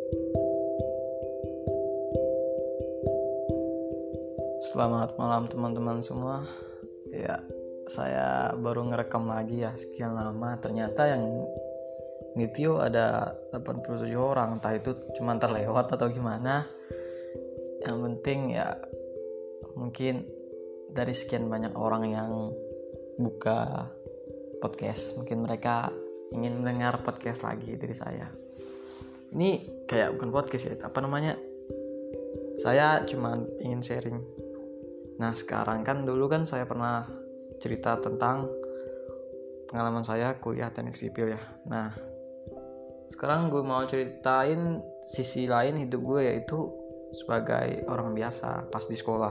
Selamat malam teman-teman semua. Ya, saya baru ngerekam lagi ya, sekian lama. Ternyata yang nge-view ada 87 orang. Entah itu cuma terlewat atau gimana. Yang penting ya, mungkin dari sekian banyak orang yang buka podcast, mungkin mereka ingin mendengar podcast lagi dari saya. Ini kayak bukan podcast ya, apa namanya? Saya cuma ingin sharing. Nah sekarang kan dulu kan saya pernah cerita tentang pengalaman saya kuliah teknik sipil ya. Nah sekarang gue mau ceritain sisi lain hidup gue, yaitu sebagai orang biasa pas di sekolah.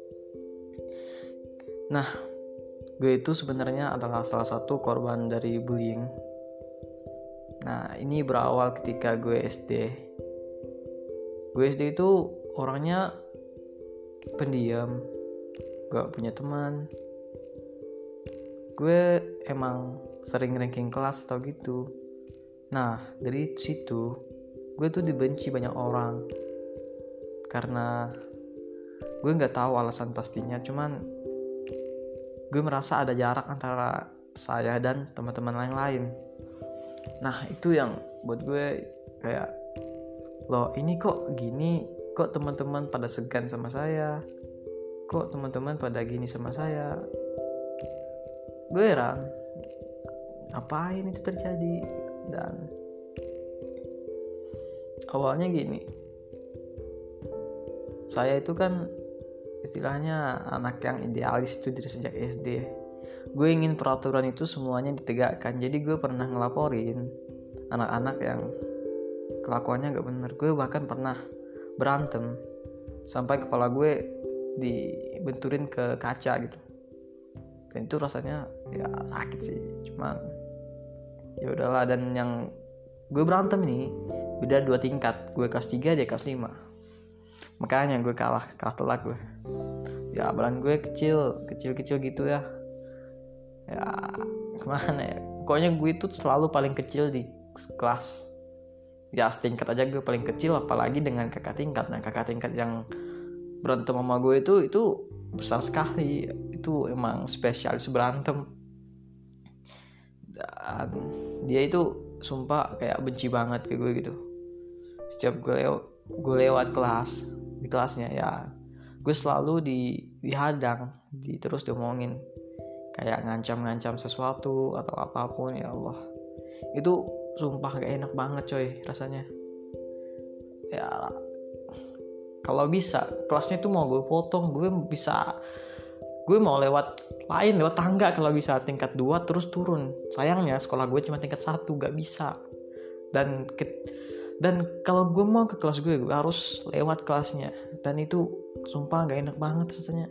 Nah gue itu sebenarnya adalah salah satu korban dari bullying. Nah ini berawal ketika gue SD. Gue SD itu orangnya pendiam, gak punya teman. Gue emang sering ranking kelas atau gitu. Nah dari situ gue tuh dibenci banyak orang karena gue gak tahu alasan pastinya. Cuman gue merasa ada jarak antara saya dan teman-teman lain. Nah itu yang buat gue kayak, loh ini kok gini, kok teman-teman pada segan sama saya, kok teman-teman pada gini sama saya. Gue heran ngapain itu terjadi. Dan awalnya gini, saya itu kan istilahnya anak yang idealis tuh dari sejak SD. Gue ingin peraturan itu semuanya ditegakkan. Jadi gue pernah ngelaporin anak-anak yang kelakuannya gak bener. Gue bahkan pernah berantem sampai kepala gue dibenturin ke kaca gitu. Dan itu rasanya ya sakit sih. Cuman ya udahlah. Dan yang gue berantem ini beda 2 tingkat. Gue kelas 3, dia kelas 5. Makanya gue kalah telak gue. Ya badan gue kecil gitu ya. Ya kemana ya. Pokoknya gue itu selalu paling kecil di kelas. Ya setingkat aja gue paling kecil, apalagi dengan kakak tingkat. Nah kakak tingkat yang berantem sama gue itu besar sekali. Itu emang spesialis berantem. Dan dia itu sumpah kayak benci banget ke gue gitu. Setiap gue lewat kelas, di kelasnya ya gue selalu dihadang, terus diomongin, kayak ngancam sesuatu atau apapun. Ya Allah, itu sumpah gak enak banget coy rasanya. Ya kalau bisa kelasnya tuh mau gue potong. Gue mau lewat tangga kalau bisa, tingkat 2 terus turun. Sayangnya sekolah gue cuma tingkat 1, gak bisa. Dan kalau gue mau ke kelas gue harus lewat kelasnya. Dan itu sumpah gak enak banget rasanya.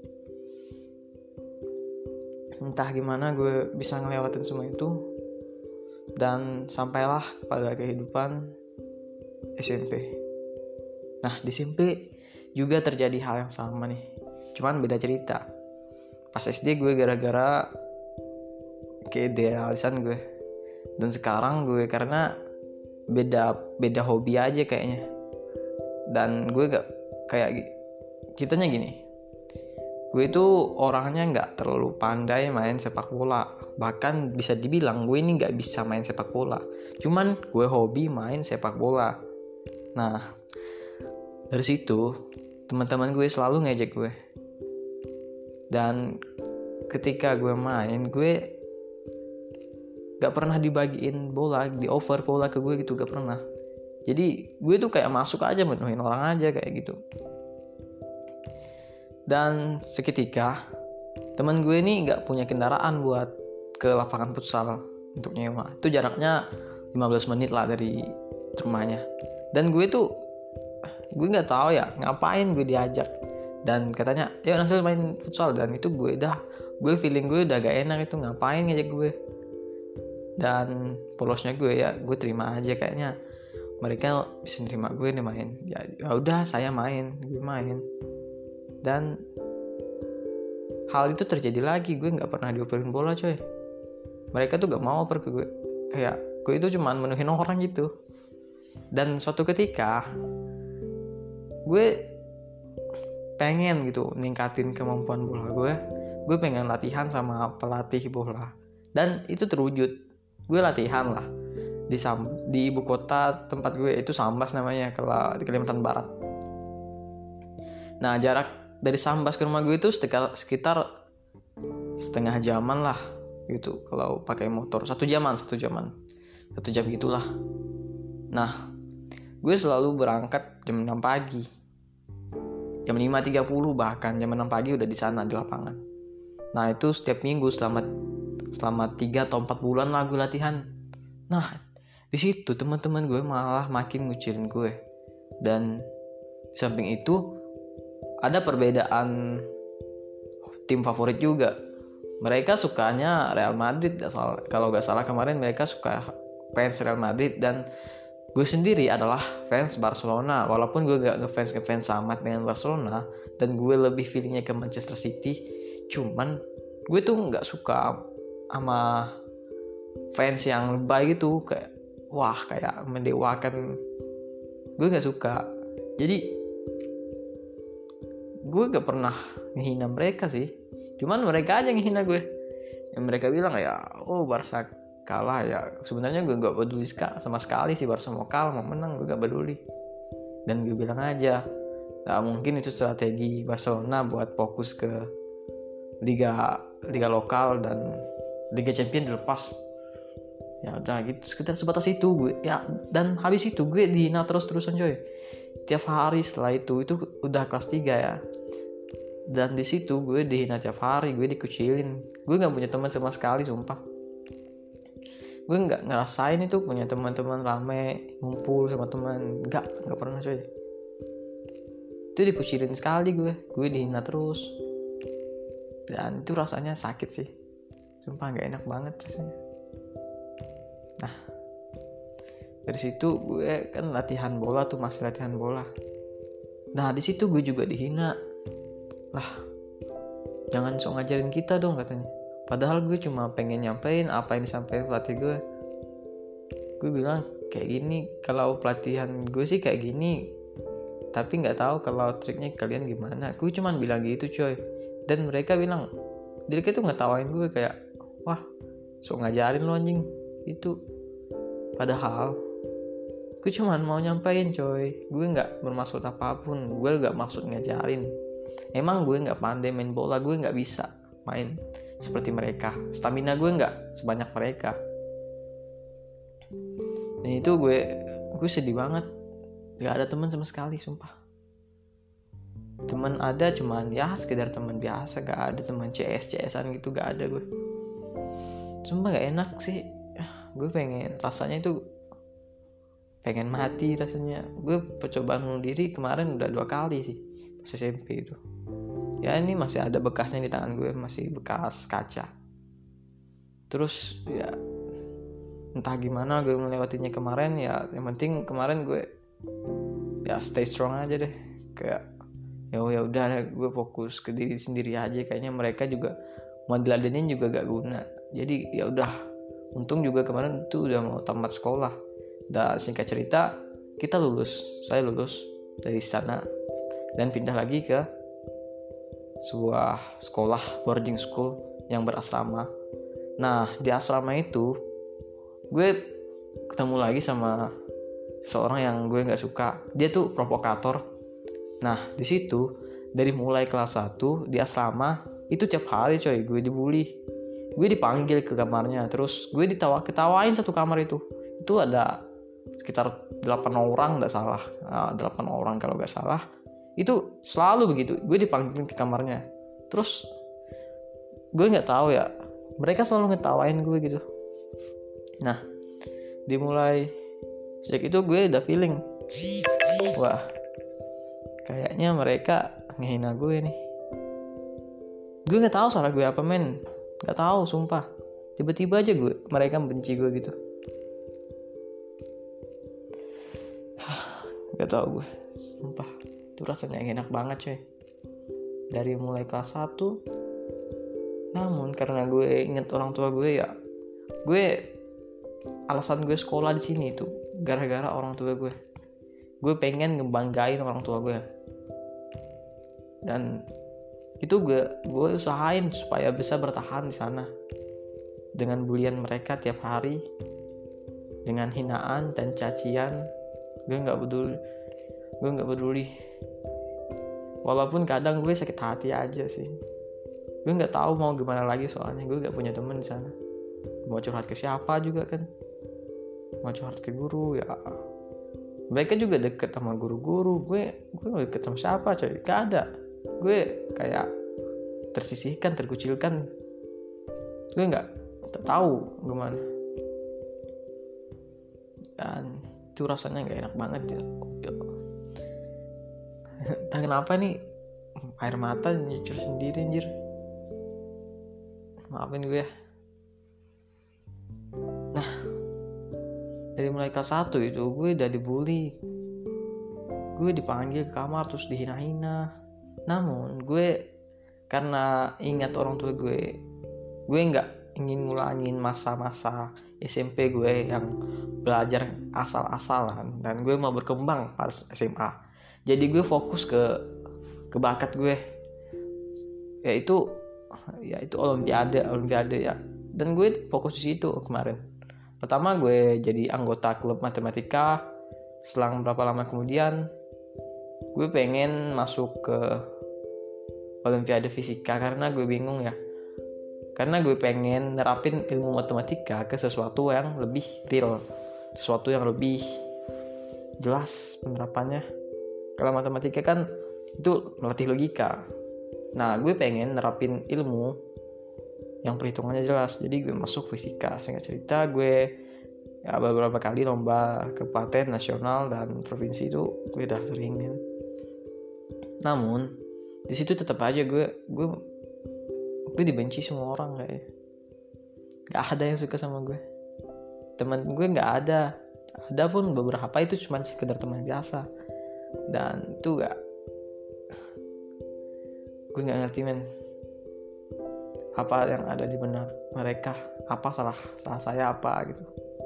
Entah gimana gue bisa ngelewatin semua itu. Dan sampailah pada kehidupan SMP. Nah di SMP juga terjadi hal yang sama nih, cuman beda cerita. Pas SD gue gara-gara keidealisan gue. Dan sekarang gue karena beda hobi aja kayaknya. Dan gue gak kayak ceritanya gini, gue itu orangnya gak terlalu pandai main sepak bola. Bahkan bisa dibilang gue ini gak bisa main sepak bola. Cuman gue hobi main sepak bola. Nah dari situ teman-teman gue selalu ngejek gue. Dan ketika gue main, gue gak pernah dibagiin bola, di over bola ke gue gitu, gak pernah. Jadi gue tuh kayak masuk aja, menuhin orang aja kayak gitu. Dan seketika teman gue ini gak punya kendaraan buat ke lapangan futsal untuk nyewa. Itu jaraknya 15 menit lah dari rumahnya. Dan gue gak tahu ya ngapain gue diajak. Dan katanya yuk langsung main futsal. Dan itu gue feeling gue udah gak enak, itu ngapain ngajak gue. Dan polosnya gue gue terima aja, kayaknya mereka bisa nerima gue nih main. Ya udah saya gue main. Dan hal itu terjadi lagi, gue gak pernah dioperin bola coy. Mereka tuh gak mau oper ke gue. Kayak gue itu cuman menuhin orang gitu. Dan suatu ketika gue pengen gitu ningkatin kemampuan bola gue pengen latihan sama pelatih bola, dan itu terwujud. Gue latihan lah di ibu kota tempat gue, itu Sambas namanya, kalau di Kalimantan Barat. Nah, jarak dari Sambas ke rumah gue itu sekitar setengah jaman lah gitu kalau pakai motor. Satu jam gitulah. Nah, gue selalu berangkat jam 6 pagi, jam 5.30, bahkan jam 6 pagi udah di sana di lapangan. Nah, itu setiap minggu selama 3 atau 4 bulan lah gue latihan. Nah, di situ teman-teman gue malah makin ngucilin gue. Dan di samping itu ada perbedaan tim favorit juga. Mereka sukanya Real Madrid, kalau gak salah kemarin mereka suka fans Real Madrid, dan gue sendiri adalah fans Barcelona. Walaupun gue gak ngefans amat dengan Barcelona, dan gue lebih feelingnya ke Manchester City, cuman gue tuh gak suka sama fans yang lebay gitu, kayak mendewakan. Gue gak suka. Jadi gue gak pernah ngehina mereka sih, cuman mereka aja ngehina gue. Yang mereka bilang ya, Barca kalah ya. Sebenarnya gue gak peduli sama sekali sih, Barca mau kalah mau menang gue gak peduli. Dan gue bilang aja, mungkin itu strategi Barcelona buat fokus ke liga lokal, dan Liga Champions dilepas. Ya udah gitu, sekitar sebatas itu gue ya. Dan habis itu gue dihina terus-terusan coy, tiap hari. Setelah itu udah kelas 3 ya, dan di situ gue dihina tiap hari, gue dikucilin. Gue nggak punya teman sama sekali, sumpah. Gue nggak ngerasain itu punya teman-teman rame ngumpul sama teman, nggak pernah coy. Itu dikucilin sekali, gue dihina terus, dan itu rasanya sakit sih, sumpah nggak enak banget rasanya. Nah, dari situ gue kan latihan bola tuh, masih latihan bola. Nah, di situ gue juga dihina. Lah, jangan sok ngajarin kita dong katanya. Padahal gue cuma pengen nyampein apa yang disampaikan pelatih gue. Gue bilang kayak gini, kalau pelatihan gue sih kayak gini, tapi nggak tahu kalau triknya kalian gimana. Gue cuma bilang gitu coy. Dan mereka bilang, mereka tuh ngetawain gue kayak, wah sok ngajarin lo anjing itu. Padahal gue cuma mau nyampein coy, gue nggak bermaksud apapun, gue nggak maksud ngajarin. Emang gue nggak pandai main bola, gue nggak bisa main seperti mereka, stamina gue nggak sebanyak mereka. Dan itu gue sedih banget, nggak ada teman sama sekali, sumpah. Teman ada cuman ya sekedar teman biasa, nggak ada teman CS-an gitu, nggak ada gue. Sumpah nggak enak sih. Gue rasanya itu pengen mati rasanya. Gue percobaan bunuh diri kemarin udah 2 kali sih pas SMP itu. Ya ini masih ada bekasnya di tangan gue, masih bekas kaca. Terus ya entah gimana gue melewatinya kemarin. Ya yang penting kemarin gue ya stay strong aja deh. Kayak ya udah gue fokus ke diri sendiri aja. Kayaknya mereka juga mau diladenin juga gak guna. Jadi ya udah, untung juga kemarin tuh udah mau tamat sekolah. Dan singkat cerita, saya lulus dari sana dan pindah lagi ke sebuah sekolah boarding school yang berasrama. Nah, di asrama itu gue ketemu lagi sama seorang yang gue nggak suka. Dia tuh provokator. Nah, di situ dari mulai kelas 1 di asrama itu tiap hari coy gue dibully. Gue dipanggil ke kamarnya, terus gue ketawain satu kamar itu. Itu ada sekitar 8 orang gak salah. 8 orang kalau gak salah. Itu selalu begitu, gue dipanggil ke kamarnya. Terus gue gak tahu ya, mereka selalu ngetawain gue gitu. Nah, dimulai sejak itu gue udah feeling, wah kayaknya mereka ngehina gue nih. Gue gak tahu salah gue apa men, gak tahu sumpah. Tiba-tiba aja mereka benci gue gitu. Gak tahu gue, sumpah. Itu rasanya enak banget coy. Dari mulai kelas 1. Namun karena gue inget orang tua gue ya, alasan gue sekolah di sini itu gara-gara orang tua gue. Gue pengen ngebanggain orang tua gue, dan itu gue usahain supaya bisa bertahan di sana dengan bulian mereka tiap hari, dengan hinaan dan cacian. Gue nggak peduli walaupun kadang gue sakit hati aja sih. Gue nggak tahu mau gimana lagi, soalnya gue nggak punya teman di sana. Mau curhat ke siapa juga kan, mau curhat ke guru ya, mereka juga deket sama guru-guru. Gue nggak deket sama siapa coy, gak ada. Gue kayak tersisihkan, terkucilkan. Gue nggak tahu gimana, dan itu rasanya nggak enak banget ya. Entah kenapa nih air mata nyucur sendiri anjir. Maafin gue ya. Nah, dari mulai kelas 1 itu gue udah dibully. Gue dipanggil ke kamar terus dihina-hina. Namun gue karena ingat orang tua gue nggak ingin ngulangin masa-masa SMP gue yang belajar asal-asalan, dan gue mau berkembang pas SMA. Jadi gue fokus ke bakat gue, yaitu olimpiade ya. Dan gue fokus di situ kemarin. Pertama gue jadi anggota klub matematika. Selang berapa lama kemudian gue pengen masuk ke olimpiade fisika karena gue bingung ya. Karena gue pengen nerapin ilmu matematika ke sesuatu yang lebih real, sesuatu yang lebih jelas penerapannya. Kalau matematika kan itu melatih logika. Nah, gue pengen nerapin ilmu yang perhitungannya jelas. Jadi gue masuk fisika. Singkat cerita, gue ya beberapa kali lomba kabupaten, nasional, dan provinsi itu gue udah seringin. Namun di situ tetap aja gue dibenci semua orang kayak. Gak ada yang suka sama gue. Teman gue gak ada. Ada pun beberapa itu cuma sekedar teman biasa. Dan itu gue gak ngerti men, apa yang ada di benak mereka, apa salah saya apa gitu.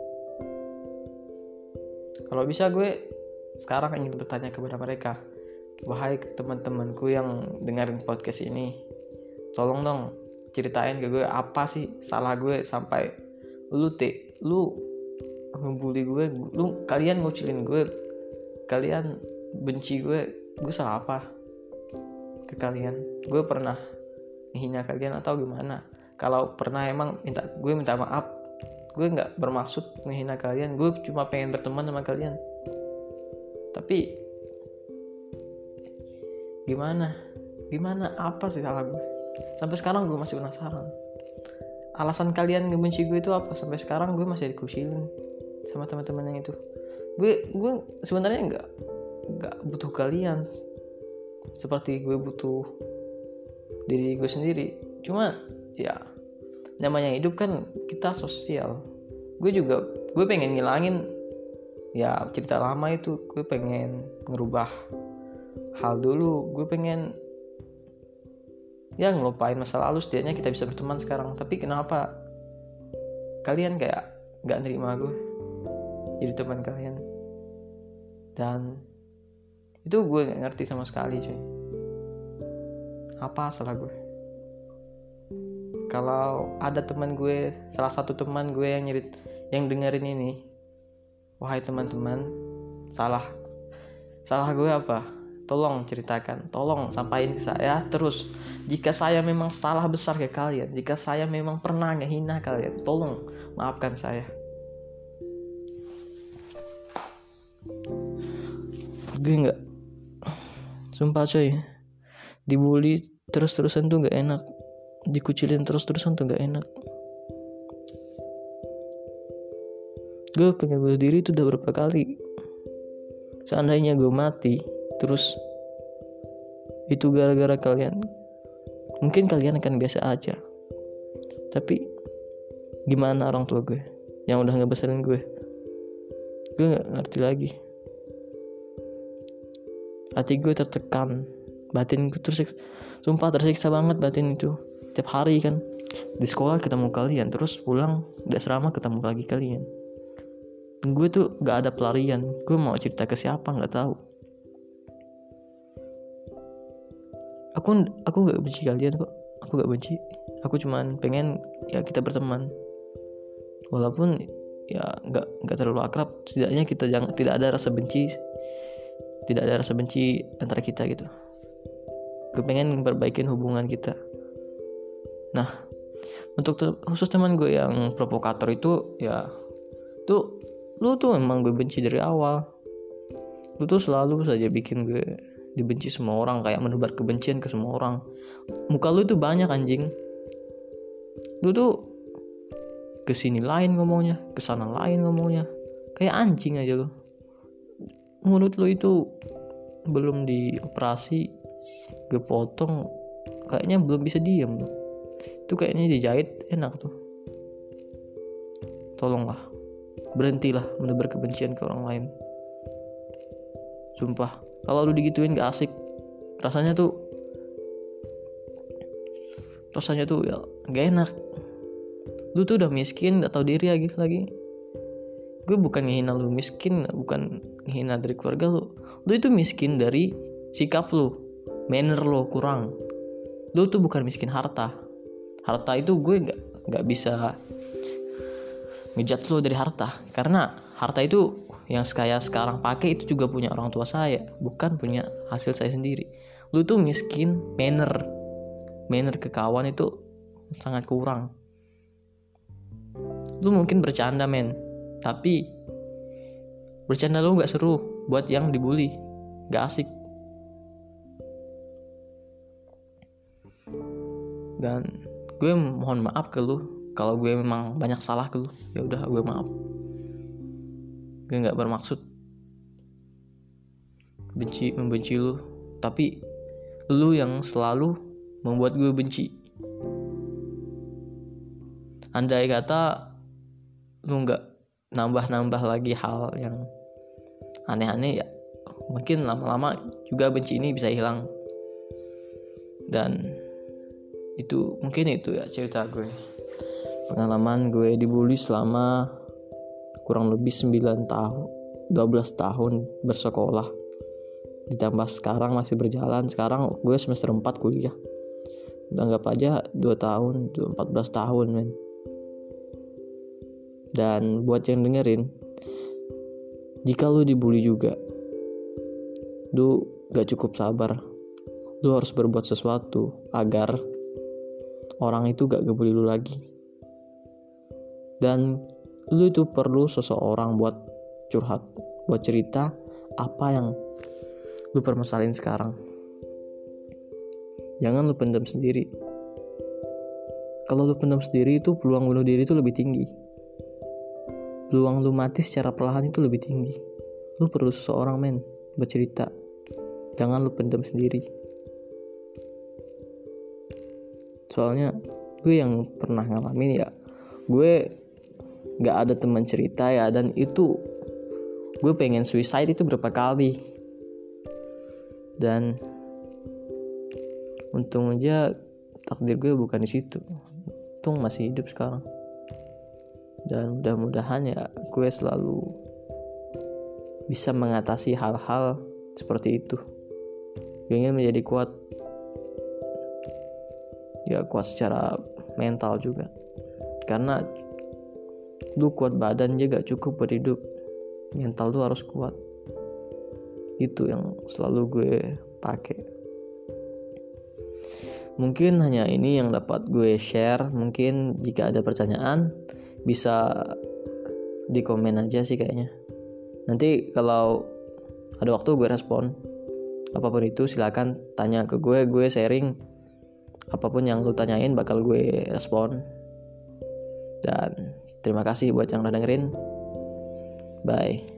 Kalau bisa gue sekarang ingin bertanya kepada mereka, wahai teman-temanku yang dengerin podcast ini, tolong dong ceritain ke gue apa sih salah gue sampai lu ngebully gue, kalian ngucilin gue, kalian benci gue salah apa ke kalian? Gue pernah menghina kalian atau gimana? Kalau pernah emang gue minta maaf. Gue nggak bermaksud menghina kalian, gue cuma pengen berteman sama kalian. Tapi gimana apa sih salah gue? Sampai sekarang gue masih penasaran. Alasan kalian ngebenci gue itu apa? Sampai sekarang gue masih dikucilin sama teman-teman yang itu. Gue sebenarnya nggak butuh kalian seperti gue butuh diri gue sendiri. Cuma ya namanya hidup kan, kita sosial. Gue pengen ngilangin ya cerita lama itu. Gue pengen ngerubah hal dulu. Gue pengen ya ngelupain masa lalu, setidaknya kita bisa berteman sekarang. Tapi kenapa kalian kayak gak nerima gue jadi teman kalian? Dan itu gue gak ngerti sama sekali cuy. Apa salah gue? Kalau ada teman gue, salah satu teman gue yang dengerin ini, wahai teman-teman, salah gue apa? Tolong ceritakan, tolong sampaikan ke saya. Terus jika saya memang salah besar ke kalian, jika saya memang pernah ngehina kalian, tolong maafkan saya. Gue gak, sumpah coy, dibully terus-terusan tuh gak enak, dikucilin terus-terusan tuh gak enak. Gue pengen bunuh diri itu udah berapa kali. Seandainya gue mati terus itu gara-gara kalian, mungkin kalian akan biasa aja. Tapi gimana orang tua gue yang udah ngebesarin gue gak ngerti lagi. Hati gue tertekan, batin gue tersiksa, sumpah tersiksa banget batin itu. Tiap hari kan di sekolah ketemu kalian, terus pulang di asrama ketemu lagi kalian. Gue tuh gak ada pelarian. Gue mau cerita ke siapa gak tahu. Aku gak benci kalian kok. Aku gak benci. Aku cuman pengen ya kita berteman. Walaupun ya gak terlalu akrab, setidaknya kita tidak ada rasa benci. Tidak ada rasa benci antara kita gitu. Gue pengen perbaikin hubungan kita. Nah, untuk khusus teman gue yang provokator itu, ya tuh lu tuh emang gue benci dari awal. Lu tuh selalu saja bikin gue dibenci semua orang, kayak menebar kebencian ke semua orang. Muka lu tuh banyak anjing. Lu tuh kesini lain ngomongnya, kesana lain ngomongnya, kayak anjing aja lu. Mulut lu itu belum dioperasi, gue potong, kayaknya belum bisa diem. Itu kayaknya dijahit enak tuh. Tolonglah, berhentilah menebar kebencian ke orang lain. Sumpah, kalau lu digituin gak asik. Rasanya tuh ya gak enak. Lu tuh udah miskin, gak tahu diri lagi. Gue bukan ngehina lu miskin, bukan ngehina dari keluarga lu. Lu itu miskin dari sikap lu, manner lu kurang. Lu tuh bukan miskin harta. Harta itu gue gak bisa ngejudge lu dari harta, karena harta itu yang saya sekarang pakai itu juga punya orang tua saya, bukan punya hasil saya sendiri. Lu tuh miskin manner ke kawan itu sangat kurang. Lu mungkin bercanda men, tapi bercanda lu gak seru buat yang dibully, gak asik. Dan gue mohon maaf ke lu kalau gue memang banyak salah ke lu. Ya udah, gue maaf. Gue gak bermaksud membenci lu, tapi lu yang selalu membuat gue benci. Andai kata lu gak nambah lagi hal yang aneh-aneh, ya mungkin lama-lama juga benci ini bisa hilang. Dan itu ya cerita gue, pengalaman gue dibully selama kurang lebih 12 tahun bersekolah, ditambah sekarang masih berjalan. Sekarang gue semester 4 kuliah, anggap aja 2 tahun, 14 tahun men. Dan buat yang dengerin, jika lu dibully juga, lu gak cukup sabar. Lu harus berbuat sesuatu agar orang itu gak ngebully lu lagi. Dan lu itu perlu seseorang buat curhat, buat cerita apa yang lu permasalahin sekarang. Jangan lu pendam sendiri. Kalau lu pendam sendiri itu peluang bunuh diri itu lebih tinggi. Peluang lu mati secara perlahan itu lebih tinggi. Lu perlu seseorang men buat cerita. Jangan lu pendam sendiri. Soalnya gue yang pernah ngalamin ya, gue gak ada teman cerita ya, dan itu gue pengen suicide itu berapa kali. Dan untung aja takdir gue bukan di situ. Untung masih hidup sekarang. Dan mudah-mudahan ya gue selalu bisa mengatasi hal-hal seperti itu. Gue ingin menjadi kuat. Ya kuat secara mental juga. Karena lu kuat badan aja gak cukup buat hidup. Mental lu harus kuat. Itu yang selalu gue pakai. Mungkin hanya ini yang dapat gue share. Mungkin jika ada pertanyaan bisa di komen aja sih kayaknya. Nanti kalau ada waktu gue respon. Apapun itu silakan tanya ke gue sharing. Apapun yang lu tanyain bakal gue respon. Dan terima kasih buat yang udah dengerin. Bye.